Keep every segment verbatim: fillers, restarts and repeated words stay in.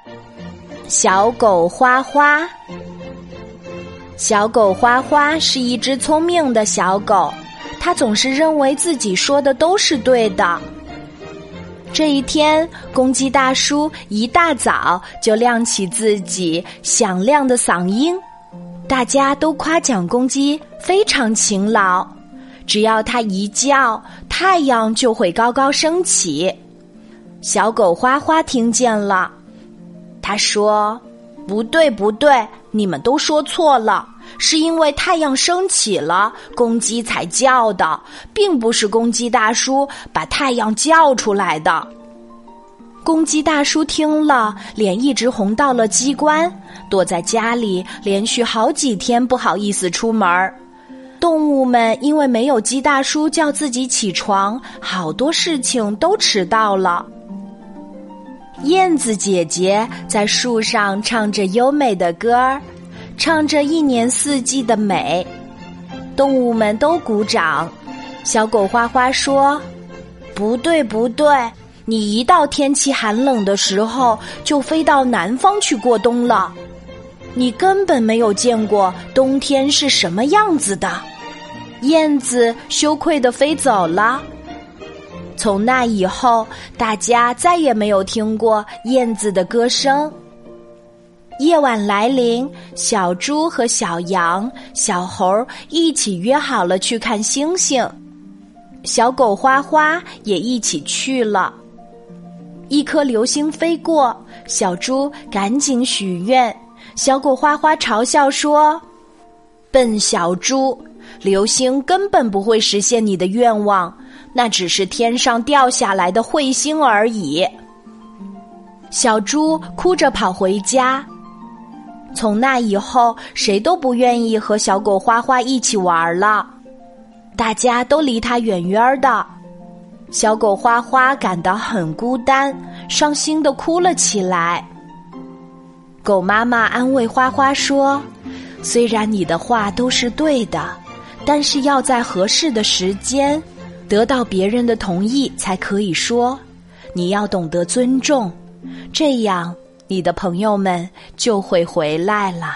小狗花花。小狗花花是一只聪明的小狗，它总是认为自己说的都是对的。这一天，公鸡大叔一大早就亮起自己响亮的嗓音，大家都夸奖公鸡非常勤劳，只要它一叫，太阳就会高高升起。小狗花花听见了，他说：不对不对，你们都说错了，是因为太阳升起了，公鸡才叫的，并不是公鸡大叔把太阳叫出来的。公鸡大叔听了，脸一直红到了鸡冠，躲在家里连续好几天不好意思出门。动物们因为没有鸡大叔叫自己起床，好多事情都迟到了。燕子姐姐在树上唱着优美的歌儿，唱着一年四季的美，动物们都鼓掌。小狗花花说：不对不对，你一到天气寒冷的时候就飞到南方去过冬了，你根本没有见过冬天是什么样子的。燕子羞愧地飞走了。从那以后，大家再也没有听过燕子的歌声。夜晚来临，小猪和小羊、小猴一起约好了去看星星，小狗花花也一起去了。一颗流星飞过，小猪赶紧许愿，小狗花花嘲笑说：笨小猪，流星根本不会实现你的愿望，那只是天上掉下来的彗星而已。小猪哭着跑回家。从那以后，谁都不愿意和小狗花花一起玩了，大家都离它远远的。小狗花花感到很孤单，伤心地哭了起来。狗妈妈安慰花花说：虽然你的话都是对的，但是要在合适的时间得到别人的同意才可以说，你要懂得尊重，这样你的朋友们就会回来了。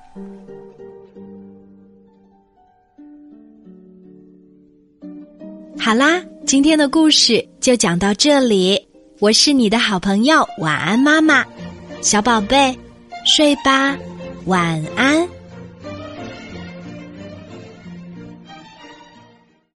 好啦，今天的故事就讲到这里，我是你的好朋友晚安妈妈，小宝贝，睡吧，晚安。